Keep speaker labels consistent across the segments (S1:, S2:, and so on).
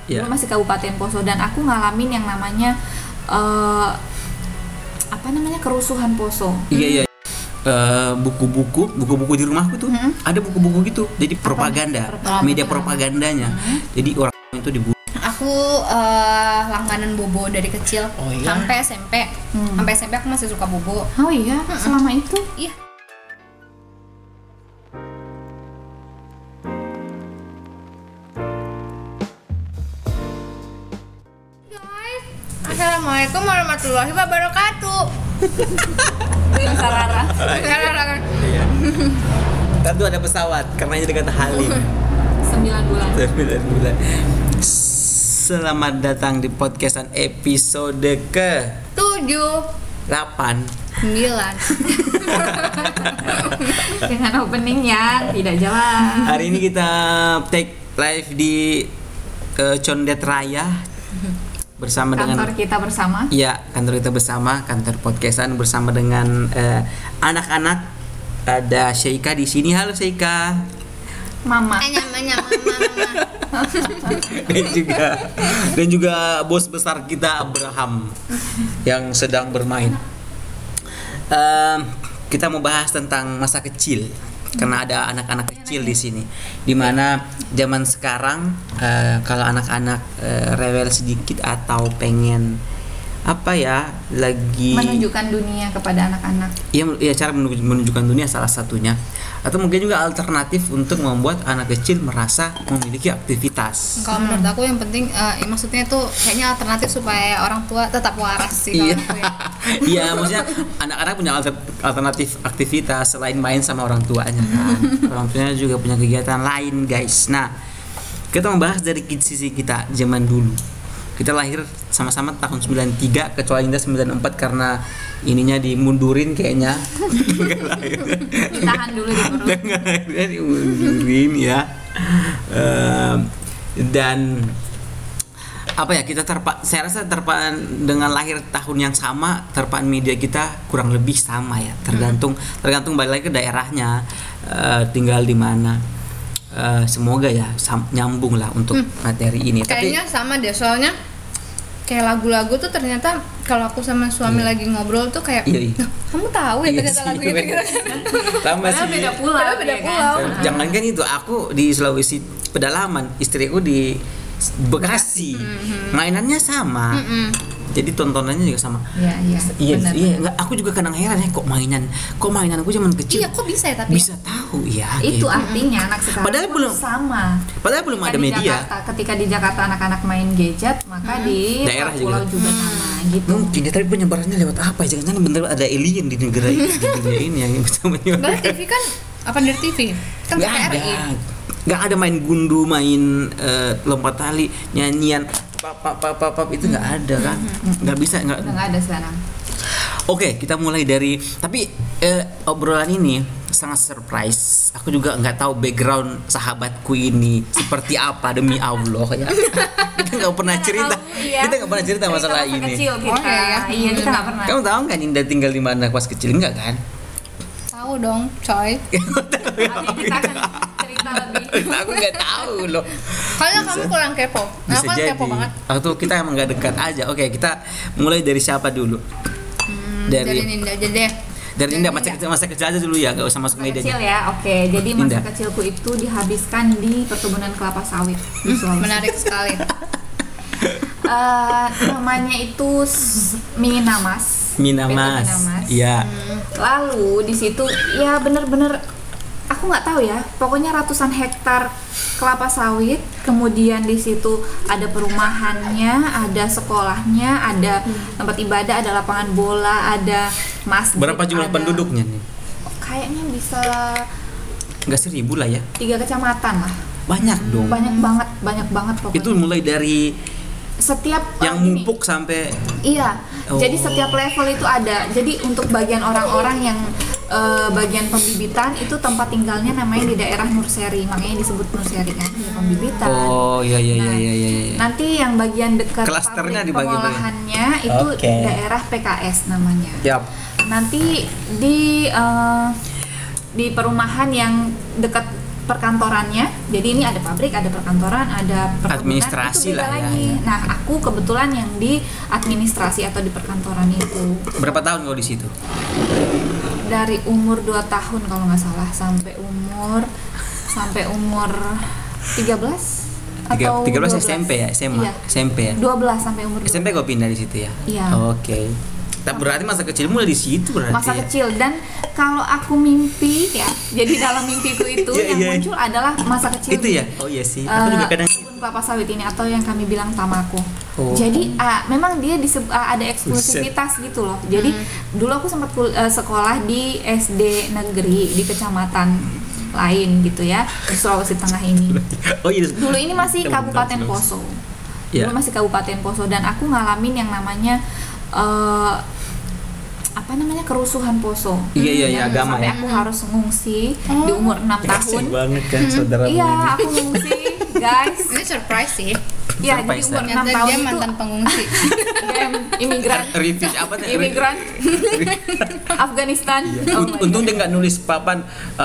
S1: dulu masih Kabupaten Poso, dan aku ngalamin yang namanya kerusuhan Poso.
S2: Iya. Buku-buku di rumahku tuh ada buku-buku gitu, jadi media propagandanya. Jadi orang itu dibunuh.
S3: Aku langganan bobo dari kecil sampai SMP. Sampai SMP aku masih suka bobo.
S1: Oh iya, selama itu?
S3: Iya. Guys, assalamualaikum warahmatullahi wabarakatuh.
S1: Sarara.
S2: Iya. Tentu ada pesawat karena ini dekat Halim.
S1: 9 bulan.
S2: Selamat datang di podcastan episode ke
S3: 7,
S2: 8
S3: 9.
S1: Dengan opening yang tidak jelas.
S2: Hari ini kita take live di Condet Raya bersama
S1: kantor kita bersama.
S2: Iya, kantor kita bersama, kantor podcastan bersama dengan anak-anak. Ada Sheika di sini. Halo Sheika.
S1: Mama.
S2: dan juga bos besar kita Abraham yang sedang bermain. Kita mau bahas tentang masa kecil karena ada anak-anak kecil di sini. Dimana zaman sekarang kalau anak-anak rewel sedikit atau pengen lagi
S1: menunjukkan dunia kepada anak-anak.
S2: Iya, cara menunjukkan dunia salah satunya. Atau mungkin juga alternatif untuk membuat anak kecil merasa memiliki aktivitas.
S3: Kalau menurut aku yang penting maksudnya itu kayaknya alternatif supaya orang tua tetap waras sih.
S2: Iya, maksudnya anak-anak punya alternatif aktivitas selain main sama orang tuanya kan. Orang tuanya juga punya kegiatan lain, guys. Nah, kita membahas dari sisi kita zaman dulu. Kita lahir sama-sama tahun 93, kecuali Indah 94 karena ininya dimundurin kayaknya.
S1: Ditahan dulu di perut.
S2: Dimundurin ya. Dan kita saya rasa terpaan dengan lahir tahun yang sama, terpaan media kita kurang lebih sama ya. Tergantung balik lagi ke daerahnya, tinggal di mana. Semoga ya nyambung lah untuk materi ini.
S3: Kayaknya sama deh, soalnya kayak lagu-lagu tuh ternyata kalau aku sama suami lagi ngobrol tuh kayak kamu tahu ya ternyata lagu itu gitu.
S2: Sama sih.
S1: Beda pulau.
S2: Jangan kan itu, aku di Sulawesi pedalaman, istriku di Bekasi. Mainannya sama. Jadi tontonannya juga sama. Iya. Enggak, aku juga kadang heran ya kok mainan aku zaman kecil.
S3: Iya, kok bisa ya tapi
S2: bisa tahu ya.
S1: Itu artinya anak sekarang
S2: padahal belum ada media.
S1: Ketika di Jakarta anak-anak main gadget, maka di
S2: daerah
S1: pulau juga sama gitu.
S2: Mungkin ya, tapi penyebarannya lewat apa? Jangan-jangan bener ada alien di negara ini, di dunia ini yang bisa menyebar.
S3: Dari TV kan apa dari TV? Kan TVRI.
S2: Nggak ada main gundu, main lompat tali, nyanyian pap itu nggak ada kan. Nggak
S1: ada sekarang.
S2: Oke, kita mulai dari, tapi obrolan ini sangat surprise. Aku juga nggak tahu background sahabatku ini seperti apa, demi Allah ya. Kita nggak pernah cerita. Kita nggak pernah cerita masalah ini.
S1: Kecil kita. Iya, kita nggak pernah.
S2: Kamu tahu nggak Indah tinggal di mana pas kecil, enggak kan?
S3: Tahu dong, coy.
S1: Kita akan cerita lebih.
S2: Aku nggak tahu loh.
S3: Kayaknya kamu kurang kepo.
S2: Bisa
S3: Aku
S2: jadi.
S3: kepo banget.
S2: Atau kita emang nggak dekat aja. Oke, kita mulai dari siapa dulu?
S3: Dari Ninda aja deh.
S2: Dari Ninda, masa kecil aja dulu ya, nggak usah masuk media.
S1: Kecil ya, oke. Jadi masa kecilku itu dihabiskan di perkebunan kelapa sawit di Sulawesi.
S3: Menarik sekali.
S1: Namanya itu Minamamas.
S2: Iya.
S1: Lalu di situ ya bener-bener aku nggak tahu ya, pokoknya ratusan hektar kelapa sawit. Kemudian di situ ada perumahannya, ada sekolahnya, ada tempat ibadah, ada lapangan bola, ada masjid.
S2: Berapa jumlah penduduknya nih?
S1: Kayaknya bisa
S2: nggak 1,000 lah ya.
S1: 3 kecamatan lah.
S2: Banyak dong.
S1: Banyak banget pokoknya.
S2: Itu mulai dari
S1: setiap
S2: yang mupuk sampai
S1: jadi setiap level itu ada. Jadi untuk bagian orang-orang yang bagian pembibitan itu tempat tinggalnya namanya di daerah Nurseri, makanya disebut Nurseri kan, di pembibitan.
S2: Iya.
S1: Nanti yang bagian dekat
S2: klasternya
S1: pabrik pengolahannya itu daerah PKS namanya.
S2: Yap.
S1: Nanti di perumahan yang dekat perkantorannya. Jadi ini ada pabrik, ada perkantoran, ada perkebunan,
S2: Administrasi
S1: itu beda
S2: lah ya,
S1: lagi.
S2: ya.
S1: Nah, aku kebetulan yang di administrasi atau di perkantoran itu.
S2: Berapa tahun kau di situ?
S1: Dari umur 2 tahun kalau nggak salah sampai umur 13 atau
S2: 13
S1: 12.
S2: SMP ya, SMA,
S1: Iya.
S2: SMP ya.
S1: 12 sampai umur 12.
S2: SMP kau pindah di situ ya?
S1: Iya.
S2: Oke. Tapi berarti masa kecilmu mulai di situ berarti.
S1: Masa
S2: ya?
S1: kecil, dan kalau aku mimpi ya, jadi dalam mimpiku itu
S2: Iya,
S1: yang
S2: iya.
S1: muncul adalah masa kecil.
S2: Itu ya? Oh iya sih. Aku juga kadang
S1: kebun kelapa sawit ini atau yang kami bilang tamako.
S2: Oh.
S1: Jadi memang dia ada eksklusivitas gitu loh. Jadi dulu aku sempat sekolah di SD negeri di kecamatan lain gitu ya, di Sulawesi Tengah ini.
S2: Oh iya.
S1: Dulu ini masih Kabupaten
S2: Sulawesi.
S1: Poso.
S2: Ya.
S1: Dulu masih Kabupaten Poso, dan aku ngalamin yang namanya kerusuhan Poso.
S2: Iya, agama
S1: Sampai
S2: ya.
S1: aku harus ngungsi di umur 6 tahun.
S2: Kasian banget kan saudara
S1: Iya, aku ngungsi, guys.
S3: Ini surprise sih.
S1: Iya, jadi
S2: Surprise,
S1: umur
S2: ya.
S1: 6
S3: Ternyata
S1: tahun
S3: dia
S1: itu
S3: mantan pengungsi.
S1: dia imigran.
S2: Review apa nih?
S1: Imigran Afghanistan.
S2: Iya.
S1: Oh my
S2: Untung
S1: God.
S2: dia nggak nulis papan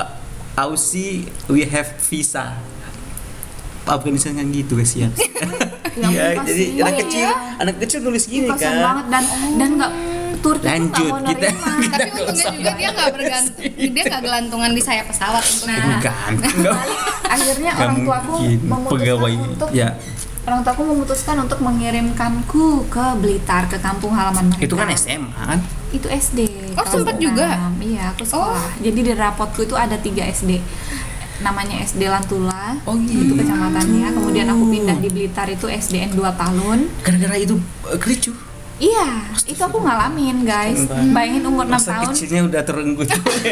S2: Aussie we have visa. Afghanistan kan gitu guys ya.
S1: Ya
S2: Iya,
S1: ampun,
S2: jadi
S1: kasihan.
S2: anak kecil nulis gini
S1: Kasihan
S2: kan.
S1: banget, dan nggak Turki tuh nggak
S2: Lanjut,
S1: mau
S2: kita-
S1: nerima.
S3: Tapi untungnya juga dia nggak dia nggak gelantungan di sayap pesawat untuk
S1: Nah.
S3: itu.
S2: Bukan. Enggak.
S1: Akhirnya
S2: Nggak
S1: orang tuaku
S2: mungkin.
S1: memutuskan
S2: Pegawai.
S1: untuk
S2: Ya.
S1: orang tuaku memutuskan untuk mengirimkanku ke Blitar, ke kampung halaman mereka.
S2: Itu kan SMA kan?
S1: Itu SD.
S3: Oh,
S1: kelas
S3: sempat juga?
S1: 6. Iya, aku sekolah. Jadi di rapotku itu ada 3 SD. Namanya SD Lantula.
S2: Oh, gitu.
S1: Itu kecamatannya. Kemudian aku pindah di Blitar itu SDN 2 Talun.
S2: Gara-gara itu kericu.
S1: Iya, itu aku ngalamin, guys.
S2: Kasian banget.
S1: Bayangin umur 6
S2: Masa
S1: tahun.
S2: kecilnya udah terenggut.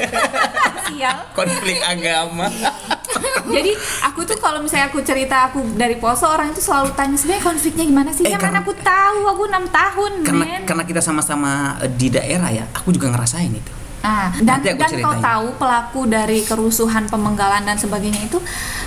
S1: Sial.
S2: Konflik agama.
S1: Jadi aku tuh kalau misalnya aku cerita aku dari Poso, orang itu selalu tanya sebenarnya konfliknya gimana sih? Ya
S2: karena-
S1: mana aku tahu, aku 6 tahun,
S2: karena
S1: men.
S2: karena kita sama-sama di daerah ya, aku juga ngerasain itu.
S1: Nah, dan
S2: Nanti aku
S1: kau
S2: ceritain.
S1: tahu pelaku dari kerusuhan, pemenggalan dan sebagainya itu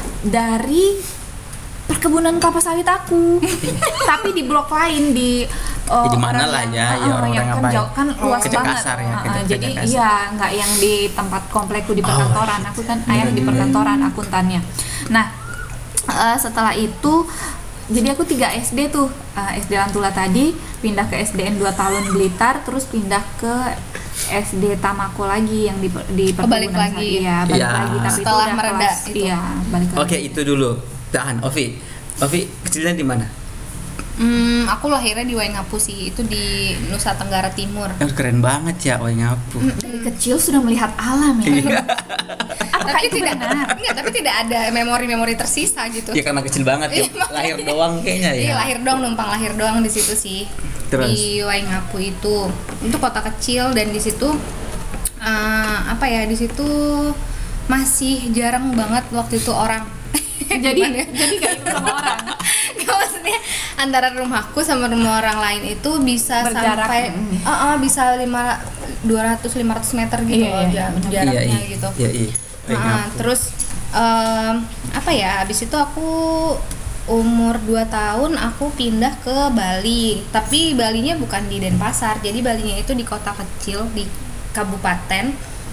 S1: dari perkebunan kelapa sawit aku. Tapi di blok lain di
S2: di mana
S1: orang
S2: lah
S1: yang-
S2: ya, ya orang-orang
S1: yang kan
S2: ngapain.
S1: jauh, kan luas
S2: Kecil
S1: banget.
S2: kasar ya, kecil
S1: Jadi
S2: kasar.
S1: iya, nggak yang di tempat komplekku di perkantoran. Aku kan ayah di perkantoran akuntannya. Nah, setelah itu jadi aku 3 SD tuh, SD Lantula tadi, pindah ke SDN 2 Talun Blitar, terus pindah ke SD Tamako lagi yang di perkebunan
S3: balik lagi.
S1: sawit. Iya, balik
S2: Iya.
S1: lagi tapi
S3: Setelah
S1: itu udah
S3: mereda
S1: kelas,
S3: itu.
S1: iya, balik lagi.
S2: Oke, itu dulu. Tahan, Ovi. Ovi kecilnya di mana?
S3: Aku lahirnya di Waingapu sih, itu di Nusa Tenggara Timur.
S2: Keren banget ya, Waingapu.
S1: Dari kecil sudah melihat alam ya.
S2: Iya.
S1: Apakah
S3: Tapi
S1: itu
S3: tidak,
S1: benar?
S3: enggak, tapi tidak ada memori-memori tersisa gitu.
S2: Ya karena kecil banget ya.
S3: Iya,
S2: Lahir doang kayaknya ya.
S3: Iya, lahir doang, numpang lahir doang di situ sih.
S2: Terus?
S3: Di Waingapu itu kota kecil, dan di situ di situ masih jarang banget waktu itu orang.
S1: Jadi
S3: Gimana ya?
S1: jadi gak ikut sama orang.
S3: Nggak, maksudnya antara rumahku sama rumah orang lain itu bisa
S1: Berjarak.
S3: sampai bisa 200-500 meter gitu
S1: Iya,
S3: loh
S1: iya, benar.
S3: jaraknya gitu.
S2: Iya.
S3: Terus habis itu aku umur 2 tahun aku pindah ke Bali, tapi Balinya bukan di Denpasar, jadi Balinya itu di kota kecil di kabupaten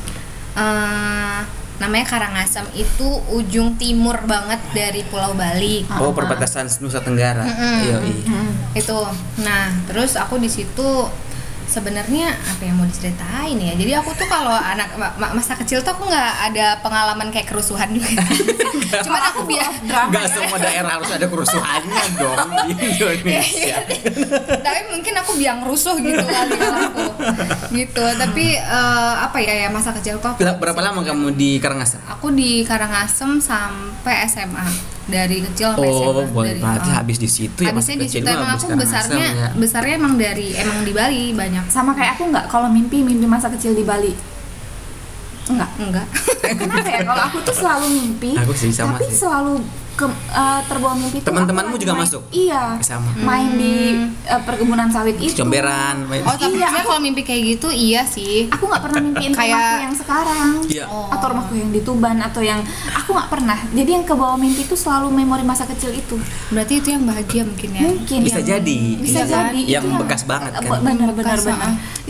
S3: namanya Karangasem, itu ujung timur banget dari Pulau Bali.
S2: Oh, perbatasan Nusa Tenggara. Iya.
S3: Itu. Nah, terus aku di situ sebenarnya apa yang mau diceritain ya? Jadi aku tuh kalau anak masa kecil tuh aku nggak ada pengalaman kayak kerusuhan juga. Cuman aku
S2: Enggak semua daerah harus ada kerusuhannya dong di Indonesia.
S3: tapi mungkin aku biang rusuh gitu kali kalau aku. Gitu. Tapi masa kecilku aku
S2: Berapa lama kamu di Karangasem?
S3: Aku di Karangasem sampai SMA. Dari kecil sampai SMA.
S2: Oh, boleh
S3: Dari-
S2: berarti habis di situ ya.
S3: Habisnya
S2: masa
S3: di situ
S2: kecil mah
S3: emang
S2: habis
S3: aku
S2: Karangasem ya.
S3: besarnya emang di Bali banyak.
S1: Sama kayak aku nggak, kalau mimpi masa kecil di Bali. Enggak. Kenapa ya? Kalau aku tuh selalu mimpi,
S2: Aku sih sama
S1: tapi
S2: sih.
S1: selalu terbawa mimpi tuh
S2: Teman-temanmu
S1: aku
S2: juga
S1: main-
S2: masuk?
S1: Iya.
S2: Sama.
S1: Main di perkebunan sawit itu.
S2: Comberan.
S3: Oh, tapi
S1: Iya,
S3: sebenarnya kalau mimpi kayak gitu iya sih.
S1: Aku nggak pernah mimpiin
S3: Kayak-
S1: rumahku yang sekarang.
S2: Iya.
S1: Atau rumahku yang di Tuban atau yang aku nggak pernah. Jadi yang kebawa mimpi itu selalu memori masa kecil itu.
S3: Berarti itu yang bahagia mungkin ya.
S1: Mungkin
S2: Bisa
S1: yang-
S2: jadi.
S1: Bisa
S3: Iya kan?
S1: jadi.
S2: Yang
S1: Itu
S2: bekas banget kan.
S1: Benar.
S3: Bekas,
S1: Itu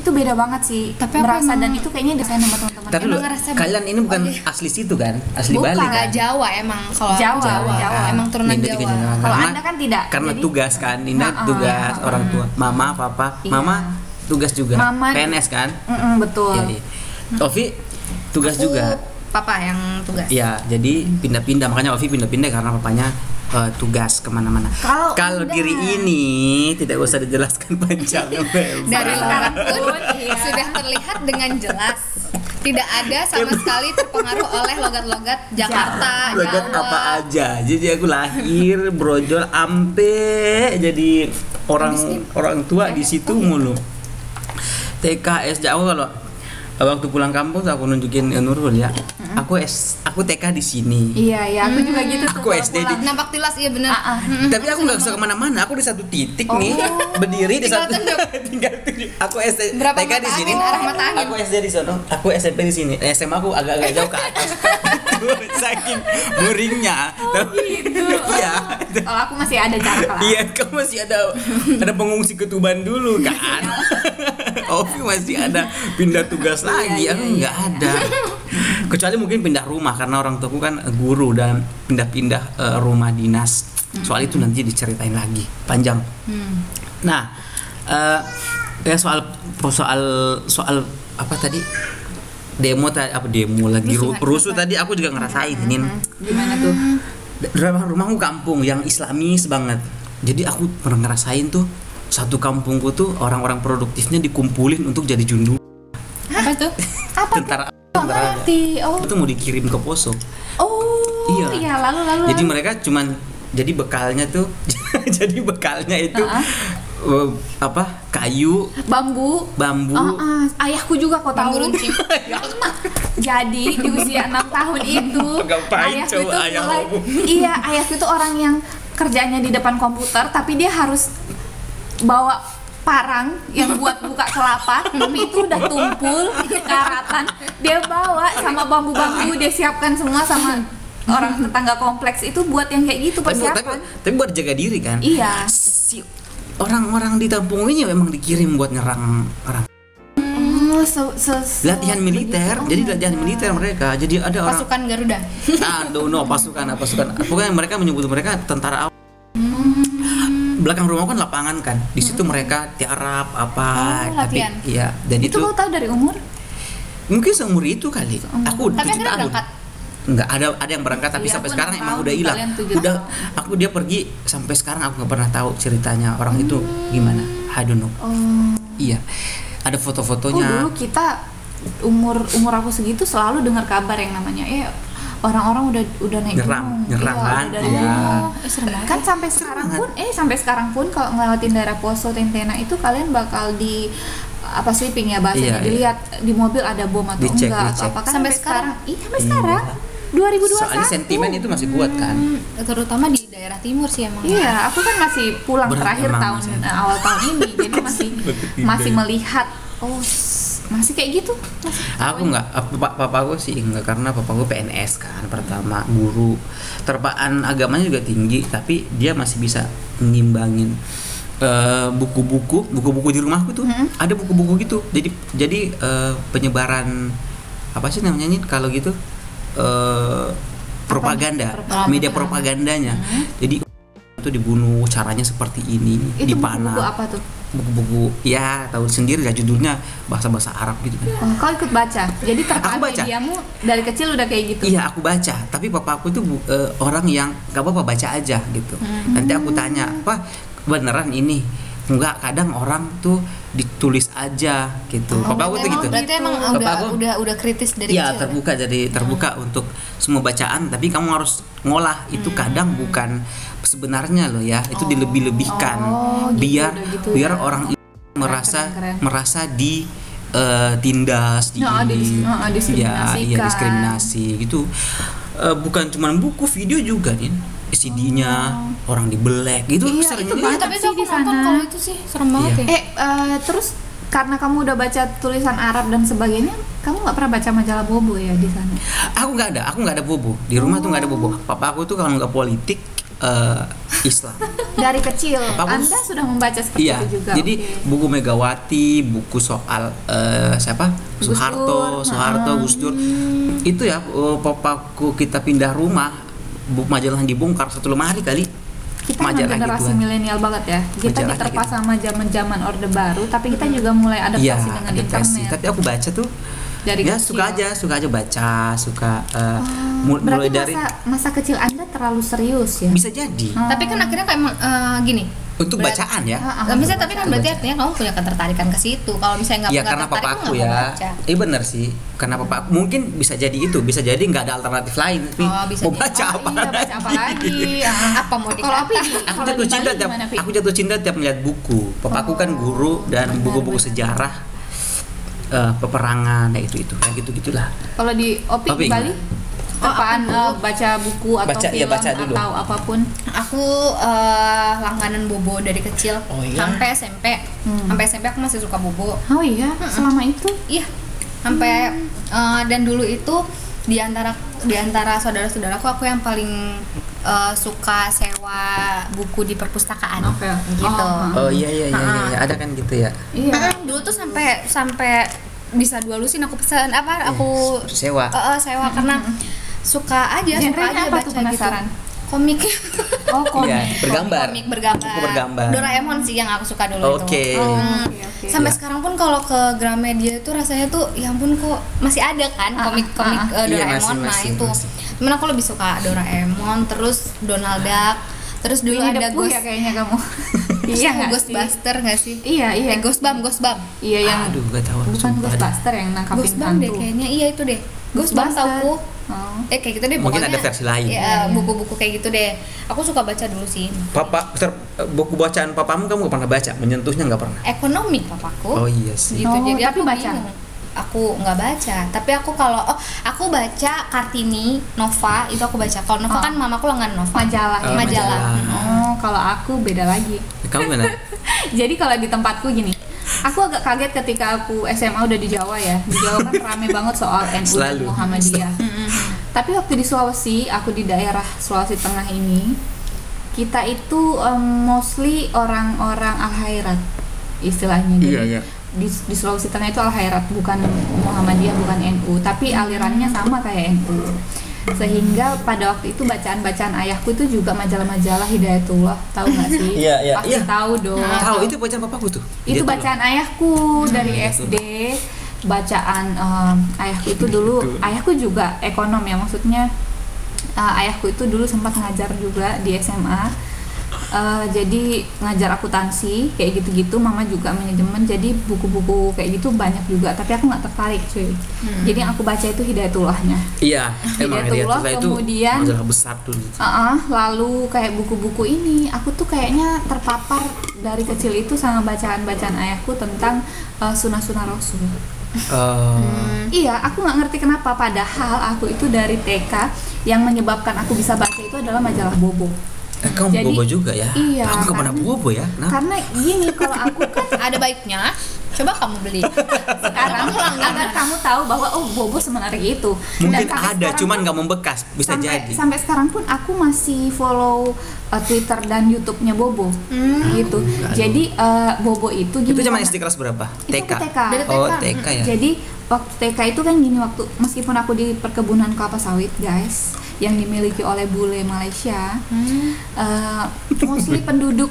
S1: itu beda banget sih.
S3: Tapi aku
S1: berasa
S3: emang-
S1: dan itu kayaknya desain sama teman-teman.
S2: Tapi lu,
S3: Emang ngerasa
S2: kalian ini bukan
S3: Oh, iya.
S2: asli situ kan? Asli
S1: Bukan,
S2: Bali kan?
S3: Nggak Jawa emang kalau aku
S1: Jawa,
S3: Jawa.
S1: Jawa.
S3: Emang turunan
S2: Ninda
S3: Jawa.
S2: juga Jawa.
S1: Kalau Anda kan tidak,
S2: Karena
S1: jadi-
S2: tugas kan, Ninda
S1: Nah,
S2: tugas orang tua, mama, papa,
S1: Iya.
S2: mama tugas juga,
S1: Mama-
S2: PNS kan?
S1: Betul.
S2: Jadi, Ovi tugas
S3: Aku
S2: juga.
S3: Papa yang tugas.
S2: Iya, jadi pindah-pindah, makanya Ovi pindah-pindah karena papanya tugas kemana-mana.
S1: Kalau Anda-
S2: diri ini tidak usah dijelaskan panjang lebar.
S3: Dari sekarang pun
S1: Iya.
S3: sudah terlihat dengan jelas tidak ada sama sekali terpengaruh oleh logat-logat Jakarta,
S2: Logat
S3: Jawa.
S2: apa aja. Jadi aku lahir brojol ampe jadi orang tua di situ mulu. TK SD aku kalau waktu pulang kampung tuh aku nunjukin Nurul ya. Aku TK di sini.
S1: Iya, aku juga gitu tuh.
S2: Aku
S1: kalau
S2: SD di-
S1: pulang.
S3: Nampak tilas iya benar.
S2: Tapi aku nggak bisa kemana-mana. Aku di satu titik nih, berdiri di
S3: Tinggal
S2: satu.
S3: tunjuk.
S2: Tinggal tunjuk. Aku SD,
S3: Berapa
S2: TK di
S3: mata
S2: sini.
S3: angin, arah mata angin.
S2: Aku SD di sana. Aku SMP di sini. SMA aku agak-agak jauh ke atas. Saking muringnya.
S1: Gitu.
S2: Iya.
S1: Kalau aku masih ada jarak lah.
S2: Iya, kamu masih ada pengungsi ke Tuban dulu kan. Ovi masih ada pindah tugas lagi, aku nggak ada. Kecuali mungkin pindah rumah karena orang tuaku kan guru dan pindah-pindah rumah dinas. Soal itu nanti diceritain lagi panjang. Nah, ya soal apa tadi? Demo lagi rusuh tadi aku juga ngerasain ini.
S1: Gimana tuh?
S2: Rumahku kampung yang islamis banget. Jadi aku pernah ngerasain tuh satu kampungku tuh orang-orang produktifnya dikumpulin untuk jadi jundu.
S3: Apa tuh?
S1: Apa?
S2: Tentara
S1: Ngerti. Oh.
S2: itu mau dikirim ke Poso.
S1: Oh.
S2: Iya.
S1: Iya, lalu.
S2: Jadi mereka cuman jadi bekalnya tuh jadi bekalnya itu apa? Kayu,
S1: bambu.
S2: bambu.
S1: Ayahku juga kok
S3: Bambu
S1: tahu.
S3: runcing.
S1: Jadi di usia 6 tahun itu
S2: Ngapain
S1: ayahku
S2: coba
S1: itu
S2: ayah
S1: mulai,
S2: kamu?
S1: iya, ayahku itu orang yang kerjanya di depan komputer tapi dia harus bawa parang yang buat buka kelapa tapi itu udah tumpul karatan, dia bawa sama bambu-bambu dia siapkan semua sama orang tetangga kompleks itu buat yang kayak gitu persiapan.
S2: Tapi buat jaga diri kan.
S1: Iya.
S2: Si orang-orang di kampung ini memang dikirim buat nyerang orang. Latihan militer,
S1: begitu.
S2: jadi latihan militer mereka. Jadi ada orang
S3: Pasukan Garuda.
S2: pasukan. Pokoknya mereka menyebut mereka tentara awal. Belakang rumah kan lapangan kan. Di situ mereka tiarap apa tapi
S3: latihan.
S2: iya dan
S1: Itu
S2: itu
S1: kau tahu dari umur?
S2: mungkin seumur itu kali. Aku
S3: Tapi
S2: 7
S3: akhirnya
S2: tahun.
S3: berangkat?
S2: Enggak, ada yang berangkat tapi
S1: Iya,
S2: sampai
S1: aku
S2: sekarang
S1: 6
S2: emang
S1: tahun,
S2: udah hilang.
S1: kalian 7
S2: Udah
S1: tahun.
S2: dia pergi sampai sekarang aku nggak pernah tahu ceritanya orang itu gimana. I don't know.
S1: Oh.
S2: Iya. Ada
S1: Oh,
S2: foto-fotonya.
S1: dulu kita umur aku segitu selalu dengar kabar yang namanya orang-orang udah naik
S2: Nyerang
S1: gunung.
S2: kan?
S1: udah dari
S2: Iya.
S1: gunung.
S3: Serem banget.
S1: Kan sampai sekarang pun kalau ngelewatin daerah Poso Tentena itu kalian bakal di sweeping ya bahasanya,
S2: Iya,
S1: dilihat di mobil ada bom atau
S2: Dicek,
S1: enggak
S2: dicek.
S1: atau apa kan
S3: Sampai
S1: sekarang. Iya, sampai
S2: Iya.
S1: sekarang 2021.
S2: Soalnya sentimen itu masih kuat kan.
S3: Terutama di daerah timur sih emang.
S1: Iya, aku kan masih pulang
S2: Berat
S1: terakhir
S2: emang
S1: tahun
S2: sih.
S1: awal tahun ini, jadi masih
S2: Iya.
S1: melihat masih kayak gitu.
S2: Aku nggak, papaku sih enggak karena papaku PNS kan pertama guru, terpaan agamanya juga tinggi tapi dia masih bisa ngimbangin buku-buku di rumahku tuh ada buku-buku gitu jadi penyebaran apa sih namanya nih kalau gitu propaganda media propagandanya jadi itu dibunuh caranya seperti ini
S1: Itu
S2: dipanah
S1: buku apa tuh?
S2: buku-buku ya tahu sendiri lah judulnya bahasa-bahasa Arab gitu kan.
S1: Oh, kau ikut baca. Jadi terpaan
S2: baca.
S1: mediamu dari kecil udah kayak gitu.
S2: Iya aku baca, tapi papaku itu orang yang gak apa-apa baca aja gitu. Nanti aku tanya, Pak beneran ini? Enggak, kadang orang tuh ditulis aja gitu. Papaku tuh gitu.
S3: Berarti emang
S2: Papaku
S3: udah kritis dari
S2: Iya
S3: kecil.
S2: terbuka jadi terbuka untuk semua bacaan, tapi kamu harus ngolah itu kadang bukan sebenarnya loh ya, itu dilebih-lebihkan
S1: gitu,
S2: biar
S1: udah gitu
S2: biar
S1: ya.
S2: orang itu
S1: keren.
S2: merasa di tindas di
S1: diskriminasikan.
S2: iya diskriminasi gitu. Bukan cuma buku, video juga nih CD-nya orang dibelek gitu
S1: Iya,
S2: sering
S1: itu
S2: lihat.
S1: banyak.
S3: Tapi itu aku
S1: Di sana.
S3: nonton kalau itu sih serem banget
S2: Iya.
S3: ya.
S1: Terus karena kamu udah baca tulisan Arab dan sebagainya, kamu nggak pernah baca majalah Bobo ya di sana?
S2: Aku nggak ada bobo di rumah tuh nggak ada bobo. Papa aku tuh kalau nggak politik Islam.
S1: Dari kecil
S2: Bagus.
S1: Anda sudah membaca seperti
S2: Iya,
S1: itu juga.
S2: jadi
S1: Oke.
S2: buku Megawati, buku soal siapa?
S1: Gus Dur.
S2: Soeharto, Gus Dur. Itu ya, papaku kita pindah rumah, buku majalah yang dibongkar satu lemari kali.
S1: Kita memang generasi
S2: gituan.
S1: milenial banget ya. Kita
S2: Majalahnya
S1: diterpa
S2: gitu.
S1: sama zaman-zaman Orde Baru, tapi kita juga mulai
S2: Iya,
S1: adaptasi dengan
S2: adaptasi.
S1: internet.
S2: Tapi aku baca tuh
S1: Dari
S2: ya
S1: kecil.
S2: suka aja baca,
S1: Berarti
S2: mulai dari
S1: masa kecil Anda terlalu serius ya?
S2: bisa jadi
S3: Tapi kan akhirnya kayak emang gini.
S2: untuk bacaan ya.
S3: Nggak bisa, tapi kan berarti artinya kamu punya ketertarikan ke situ. Kalau misalnya
S2: Ya
S3: nggak
S2: karena
S3: tertarik,
S2: papaku
S3: kan nggak mau
S2: ya.
S3: baca.
S2: Bener sih. Karena papa mungkin bisa jadi itu, bisa jadi nggak ada alternatif lain. Tapi
S3: Oh, bisa
S2: mau
S3: jadi.
S2: baca apa?
S1: Iya, baca apa lagi?
S3: Apa mau
S1: Kalau Api,
S2: Aku
S1: kalau
S2: jatuh
S1: di
S2: cinta
S1: Bali
S2: tiap
S1: gimana, Pi?
S2: aku jatuh cinta tiap melihat buku. Papaku kan guru dan buku-buku sejarah, peperangan, ya itu kayak gitu-gitulah.
S1: Kalau di Opi
S2: Opi
S1: di Bali, apaan baca buku atau
S2: Baca, iya,
S1: film
S2: baca dulu.
S1: atau apapun?
S3: Aku langganan Bobo dari kecil
S2: Oh, iya?
S3: sampai SMP. Sampai SMP aku masih suka Bobo.
S1: Oh iya, selama itu
S3: Iya. Sampai dan dulu itu di antara saudara-saudaraku aku yang paling suka sewa buku di perpustakaan.
S1: Oke.
S3: Gitu.
S2: Oh iya, ada kan gitu ya.
S1: iya.
S3: Dulu tuh sampai bisa 2 lusin aku pesan aku
S2: Sewa.
S3: sewa karena suka aja
S1: Genrenya apa
S3: baca
S1: tuh, penasaran?
S3: gitu. Komik.
S1: Oh, komik.
S2: Iya, bergambar.
S3: Komik bergambar.
S2: Buku bergambar.
S3: Doraemon sih yang aku suka dulu
S2: Oke.
S3: itu.
S1: Oke.
S3: Sampai
S2: Iya.
S3: sekarang pun kalau ke Gramedia itu rasanya tuh ya ampun kok masih ada kan komik-komik
S2: Iya,
S3: Doraemon.
S2: masih.
S3: Cuman aku lebih suka Doraemon, terus Donald Duck, terus dulu
S1: Winnie
S3: ada
S1: the Pooh ya kayaknya kamu. Iya nggak sih?
S3: Ghostbuster nggak sih?
S1: Iya, iya.
S3: Ghostbum.
S1: Iya yang
S2: Aduh, gak tahu.
S1: bukan
S2: sumpah dah.
S1: Ghostbuster yang nangkapin
S3: Ghostbum deh
S1: hantu.
S3: kayaknya, iya itu deh. Ghostbum tauku.
S1: Oh.
S3: Kayak gitu deh
S2: Mungkin
S3: pokoknya.
S2: ada versi lain.
S3: Ya, buku-buku kayak gitu deh. Aku suka baca dulu sih.
S2: Buku bacaan papamu kamu gak pernah baca, menyentuhnya nggak pernah.
S3: Ekonomi papaku.
S2: Oh iya sih.
S3: Gitu.
S1: Oh,
S3: Jadi
S1: tapi
S3: aku
S1: baca?
S3: bingung. Aku nggak baca, tapi aku kalau aku baca Kartini, Nova itu aku baca. Kalau Nova
S1: Oh.
S3: kan mamaku langganan Nova.
S1: Majalah ya?
S3: Majalah.
S1: Oh, kalau aku beda lagi.
S2: Kamu mana?
S1: Jadi kalau di tempatku gini, aku agak kaget ketika aku SMA udah di Jawa ya. Di Jawa kan rame banget soal NU dan
S2: Selalu.
S1: Muhammadiyah. Tapi waktu di Sulawesi, aku di daerah Sulawesi Tengah ini, kita itu mostly orang-orang al-khairat istilahnya. Jadi di Sulawesi Tengah itu al-khairat, bukan Muhammadiyah, bukan NU, tapi alirannya sama kayak NU. Sehingga pada waktu itu bacaan-bacaan ayahku itu juga majalah-majalah Hidayatullah, tahu nggak sih?
S2: Iya.
S1: Pasti tahu dong.
S2: Tahu itu bacaan papaku tuh.
S1: Itu
S2: Dia tuh
S1: bacaan ayahku dari SD. Bacaan ayahku itu dulu, ayahku juga ekonom ya, maksudnya ayahku itu dulu sempat ngajar juga di SMA. Jadi ngajar akuntansi kayak gitu-gitu, mama juga manajemen, jadi buku-buku kayak gitu banyak juga, tapi aku nggak tertarik cuy. Jadi yang aku baca itu Hidayatullahnya.
S2: Iya, emang
S1: Hidayatullah,
S2: Hidayatullah itu
S1: kemudian
S2: majalah besar dulu.
S1: Lalu kayak buku-buku ini, aku tuh kayaknya terpapar dari kecil itu sama bacaan-bacaan ayahku tentang sunah-sunah Rasul. Iya, aku nggak ngerti kenapa, padahal aku itu dari TK yang menyebabkan aku bisa baca itu adalah majalah Bobo.
S2: Kamu
S1: Jadi,
S2: bobo juga ya?
S1: iya,
S2: Aku nggak pernah
S1: karena-
S2: bobo ya. Kenapa?
S1: Karena gini, kalau aku kan
S3: Ada baiknya coba kamu beli.
S1: sekarang agar kamu tahu bahwa Bobo semenarik itu.
S2: Mungkin
S1: sampai
S2: ada,
S1: sekarang
S2: cuman
S1: pun-
S2: nggak membekas. Bisa jadi.
S1: sampai sekarang pun aku masih follow Twitter dan YouTube-nya Bobo gitu. Jadi Bobo itu
S2: Itu
S1: gini,
S2: zaman
S1: karena-
S2: SD kelas berapa?
S1: itu
S2: TK.
S1: TK.
S3: Dari
S2: Oh,
S3: TK.
S2: TK ya.
S1: Jadi waktu TK itu kan gini, waktu meskipun aku di perkebunan kelapa sawit guys, yang dimiliki oleh bule Malaysia, mostly penduduk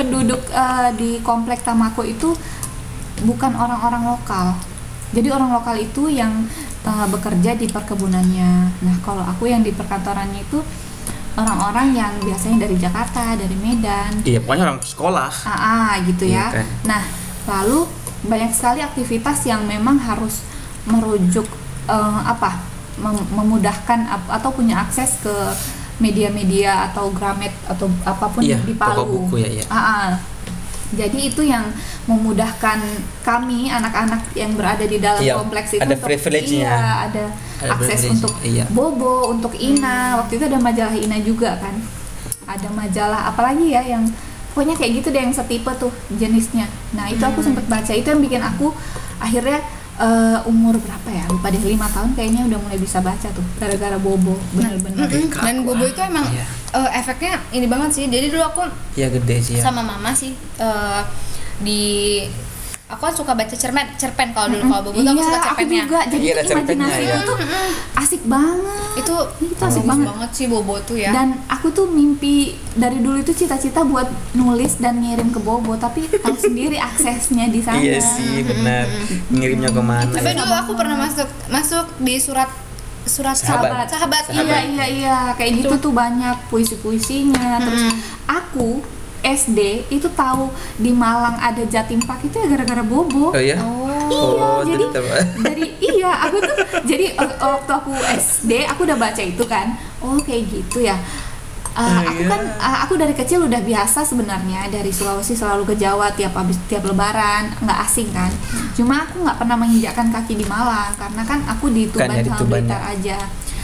S1: di komplek Tamako itu bukan orang-orang lokal. Jadi orang lokal itu yang bekerja di perkebunannya. Nah kalau aku yang di perkantorannya itu orang-orang yang biasanya dari Jakarta, dari Medan,
S2: Iya, pokoknya orang sekolah.
S1: gitu ya.
S2: Iya kan.
S1: Nah, lalu banyak sekali aktivitas yang memang harus merujuk memudahkan atau punya akses ke media-media atau Gramet atau apapun
S2: Iya,
S1: di Palu.
S2: toko buku ya, iya.
S1: Jadi itu yang memudahkan kami anak-anak yang berada di dalam
S2: Iya,
S1: kompleks itu
S2: ada
S1: untuk
S2: privilege-nya.
S1: ada
S2: Ada
S1: akses
S2: privilege,
S1: untuk
S2: iya.
S1: Bobo, untuk Ina. Waktu itu ada majalah Ina juga kan. Ada majalah apalagi ya yang pokoknya kayak gitu deh, yang setipe tuh jenisnya. Nah itu aku sempet baca, itu yang bikin aku akhirnya umur berapa ya, lupa deh, 5 tahun kayaknya udah mulai bisa baca tuh gara-gara Bobo, bener-bener.
S3: Dan Bobo itu emang
S2: Iya.
S3: efeknya ini banget sih. Jadi dulu aku
S2: Ya gede sih ya.
S3: sama mama sih di aku kan suka baca cerpen kalau dulu kalau Bobo tuh aku suka
S1: Aku
S3: cerpennya.
S1: juga. Jadi
S2: Iya, ada cerpennya,
S1: imajinasi
S2: ya.
S1: itu tuh asik banget.
S3: Itu
S1: asik
S3: bagus
S1: banget.
S3: sih Bobo tuh ya.
S1: Dan aku tuh mimpi dari dulu itu cita-cita buat nulis dan ngirim ke Bobo, tapi tahu sendiri aksesnya di sana.
S2: Iya sih benar. Ngirimnya kemana?
S3: Tapi dulu aku pernah masuk di surat
S2: Sahabat.
S3: sahabat.
S1: Iya, kayak gitu tuh banyak puisi-puisinya. Terus aku SD itu tahu di Malang ada Jatim Park itu ya gara-gara Bobo.
S2: Oh ya?
S3: Oh.
S1: Iya, jadi
S2: tetap.
S1: aku tuh jadi waktu aku SD aku udah baca itu kan. Oh, kayak gitu ya. Aku
S2: iya.
S1: kan aku dari kecil udah biasa sebenarnya dari Sulawesi selalu ke Jawa tiap Lebaran, nggak asing kan. Cuma aku nggak pernah menginjakkan kaki di Malang karena kan aku di Tuban
S2: Bukannya di
S1: sama
S2: Tuban,
S1: Blitar
S2: ya?
S1: aja.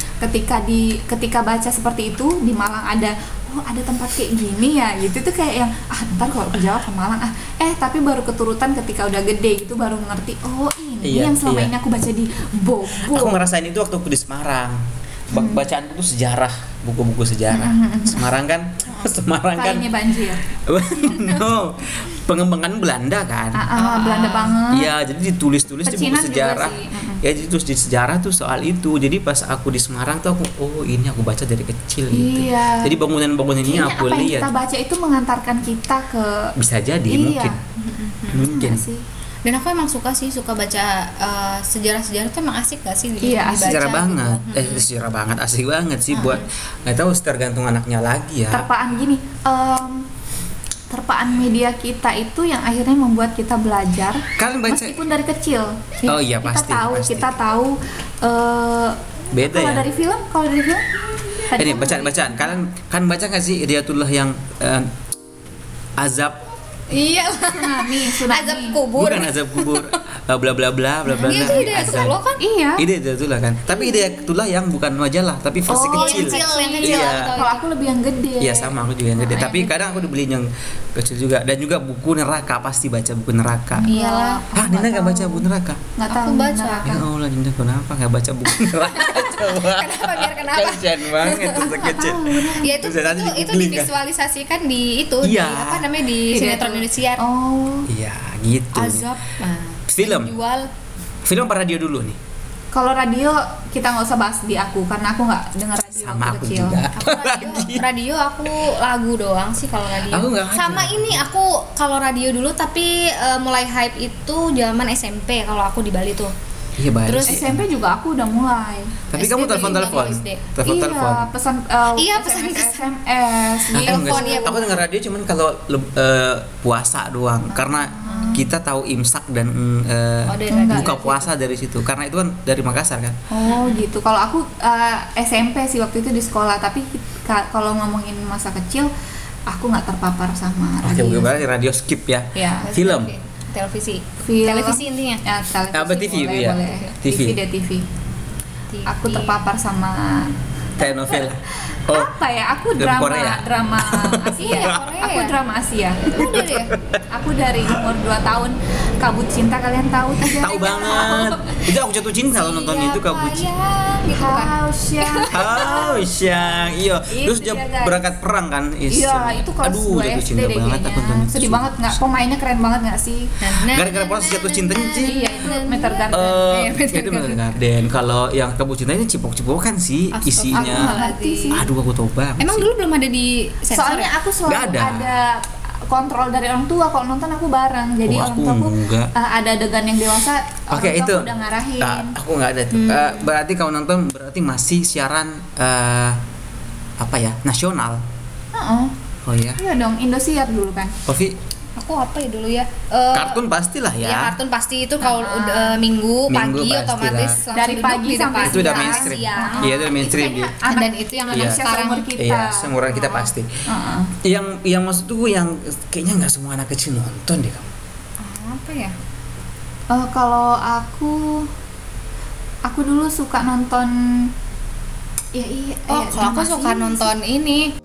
S1: Ketika baca seperti itu di Malang ada tempat kayak gini ya gitu tuh kayak yang ntar kalau ke Jawa ke Malang tapi baru keturutan ketika udah gede gitu baru ngerti ini
S2: Iya,
S1: yang selama
S2: iya.
S1: ini aku baca di Bobo.
S2: Aku ngerasain itu waktu aku di Semarang. Bacaanku tuh sejarah, buku-buku sejarah. Semarang kan
S1: Kayaknya banjir.
S2: no, pengembangan Belanda kan.
S1: Belanda banget.
S2: Iya, jadi ditulis-tulis di buku
S1: Pecinan juga
S2: sejarah.
S1: sih.
S2: Ya, jadi terus di sejarah tuh soal itu. Jadi pas aku di Semarang tuh aku, ini aku baca dari kecil gitu.
S1: Iya.
S2: Jadi bangunan-bangunan ini
S1: Kayaknya
S2: aku
S1: apa yang
S2: lihat.
S1: kita baca itu mengantarkan kita ke
S2: Bisa jadi
S1: Iya.
S2: mungkin.
S1: Iya sih.
S3: Dan aku emang suka baca sejarah-sejarah tuh emang asik gak sih
S1: Iya,
S3: dibaca
S2: Sejarah
S3: gitu.
S2: banget. Sejarah banget, asik banget sih buat nggak tahu tergantung anaknya lagi ya.
S1: Terpaan gini, terpaan media kita itu yang akhirnya membuat kita belajar
S2: Kalian baca
S1: meskipun dari kecil.
S2: Oh iya,
S1: kita
S2: pasti,
S1: tahu,
S2: pasti.
S1: kita tahu.
S2: Beda
S1: kalau
S2: ya?
S1: dari film, tadi
S2: Ini
S1: kan
S2: bacaan. Kalian baca nggak sih Riyatullah yang azab?
S3: Iya
S1: tsunami.
S3: azab kubur.
S2: Bukan azab kubur. Bla bla bla bla bla.
S3: Iya itu ide
S2: azab.
S3: lo kan.
S1: Iya.
S2: Ide Riyatullah kan. Tapi Riyatullah yang bukan majalah, tapi versi
S1: Oh,
S2: kecil.
S3: yang kecil.
S2: Iya.
S1: Kalau aku lebih yang gede.
S2: Iya sama aku juga yang gede.
S1: Nah,
S2: Tapi kadang aku dibeli yang kecil juga. Dan juga buku neraka, pasti baca buku neraka.
S3: Iyalah.
S2: Hah, Nina nggak baca buku neraka?
S1: Nggak
S3: Aku
S1: tahu.
S3: baca.
S1: neraka.
S2: Ya Allah, Nina kenapa nggak baca buku neraka? Coba.
S3: Kenapa biar kenapa?
S2: Kasian banget masa kecil.
S3: Ya itu
S2: Terus nanti
S3: itu
S2: di-googling, kan?
S3: divisualisasikan di itu
S2: Iya.
S3: di apa namanya di
S1: Iya,
S3: sinetron
S1: tuh.
S3: Indonesia.
S1: Oh.
S2: Iya, gitu.
S3: Azab.
S2: Film.
S3: Jual.
S2: Film apa radio dulu nih?
S1: Kalau radio kita nggak usah bahas di aku karena aku nggak dengar radio
S2: Sama
S1: waktu
S2: aku
S1: kecil.
S2: juga.
S3: Aku radio aku lagu doang sih kalau radio.
S2: Aku nggak ada.
S3: Sama ini aku kalau radio dulu tapi mulai hype itu zaman SMP kalau aku di Bali tuh.
S2: Iya baik
S3: Terus
S2: sih.
S1: SMP juga aku udah mulai.
S2: Tapi
S3: SD
S2: kamu
S3: belum
S2: telepon-telepon.
S3: SD.
S2: Telepon-telepon.
S1: Iya, pesan
S3: Iya, pesan
S1: SMS,
S3: kesan.
S1: SMS.
S2: Aku
S1: gitu.
S3: telepon,
S2: nggak-
S3: iya,
S2: aku dengar radio cuman kalau puasa doang karena kita tahu imsak dan
S3: dari
S1: radio.
S2: buka puasa dari situ karena itu kan dari Makassar kan.
S1: Oh gitu. Kalau aku SMP sih waktu itu di sekolah. Tapi kalau ngomongin masa kecil, aku nggak terpapar sama
S2: Oke,
S1: radio.
S2: berarti radio skip ya.
S1: Ya.
S2: Film.
S3: Televisi.
S1: Film.
S3: Televisi intinya.
S1: Ya, televisi.
S2: Apa, TV,
S1: boleh,
S2: iya.
S1: boleh.
S2: TV.
S1: TV deh TV. Aku terpapar sama
S2: Telenovela. Oh,
S1: apa ya? Aku
S2: Film Korea.
S1: drama Asia.
S3: Iya, Korea.
S1: Aku drama Asia.
S3: Udah deh.
S1: Aku dari umur 2 tahun Kabut Cinta, kalian tahu tidak?
S2: tahu banget. Itu aku jatuh cinta kalau nonton itu Kabut Cinta.
S3: Gitu kan.
S1: Hausya.
S2: Oh, Syang. Iya. Terus
S1: Itu
S2: dia
S1: dia, guys.
S2: berangkat perang kan?
S1: Iya, itu kelas
S2: Aduh,
S1: 2
S2: jatuh
S1: SD
S2: cinta
S1: deh
S2: banget aku nonton
S1: kayaknya.
S2: itu.
S1: Sedih banget nggak? Pemainnya keren banget nggak sih?
S2: Gara-gara proses jatuh cinta sih.
S1: Iya, itu Meter Garden.
S2: Itu Meter Garden. Kalau yang Kabut Cinta ini cipok-cipokan sih
S1: Aku nggak
S2: isinya.
S1: ngerti sih.
S2: Aduh, aku tahu banget.
S3: Emang
S2: sih.
S3: dulu belum ada di sensor
S1: Soalnya
S3: ya?
S1: aku selalu
S2: Nggak ada.
S1: ada kontrol dari orang tua. Kalau nonton aku bareng. Jadi
S2: Oh,
S1: orang
S2: aku
S1: tuaku
S2: enggak.
S1: ada adegan yang dewasa.
S2: Oke,
S1: orang
S2: itu.
S1: tuaku udah ngarahin.
S2: Nah, aku nggak ada tuh. Berarti kalau nonton berarti masih siaran apa ya? Nasional.
S1: Heeh.
S2: Oh ya.
S1: Iya dong, Indosiar dulu kan.
S2: Kofi
S3: Aku apa ya dulu ya?
S2: kartun pastilah ya.
S3: Ya kartun pasti itu kalau udah minggu
S2: Minggu
S3: pagi
S2: pastilah.
S3: otomatis langsung
S1: Dari
S3: duduk
S1: pagi
S3: di
S1: sampai
S3: depan.
S2: Itu udah
S1: siang.
S2: mainstream.
S3: Siang.
S2: Iya, itu udah mainstream.
S1: Kayaknya
S2: Iya.
S1: anak
S3: Dan itu yang anak
S1: Indonesia
S3: sekarang.
S1: seumur kita.
S2: Iya, seumuran kita pasti.
S1: Heeh.
S2: Yang maksudku yang kayaknya nggak semua anak kecil nonton deh kamu.
S3: Apa ya?
S1: Kalau aku dulu suka nonton. Ya iya.
S3: Oh, kalau aku
S1: drama
S3: suka
S1: sih.
S3: nonton ini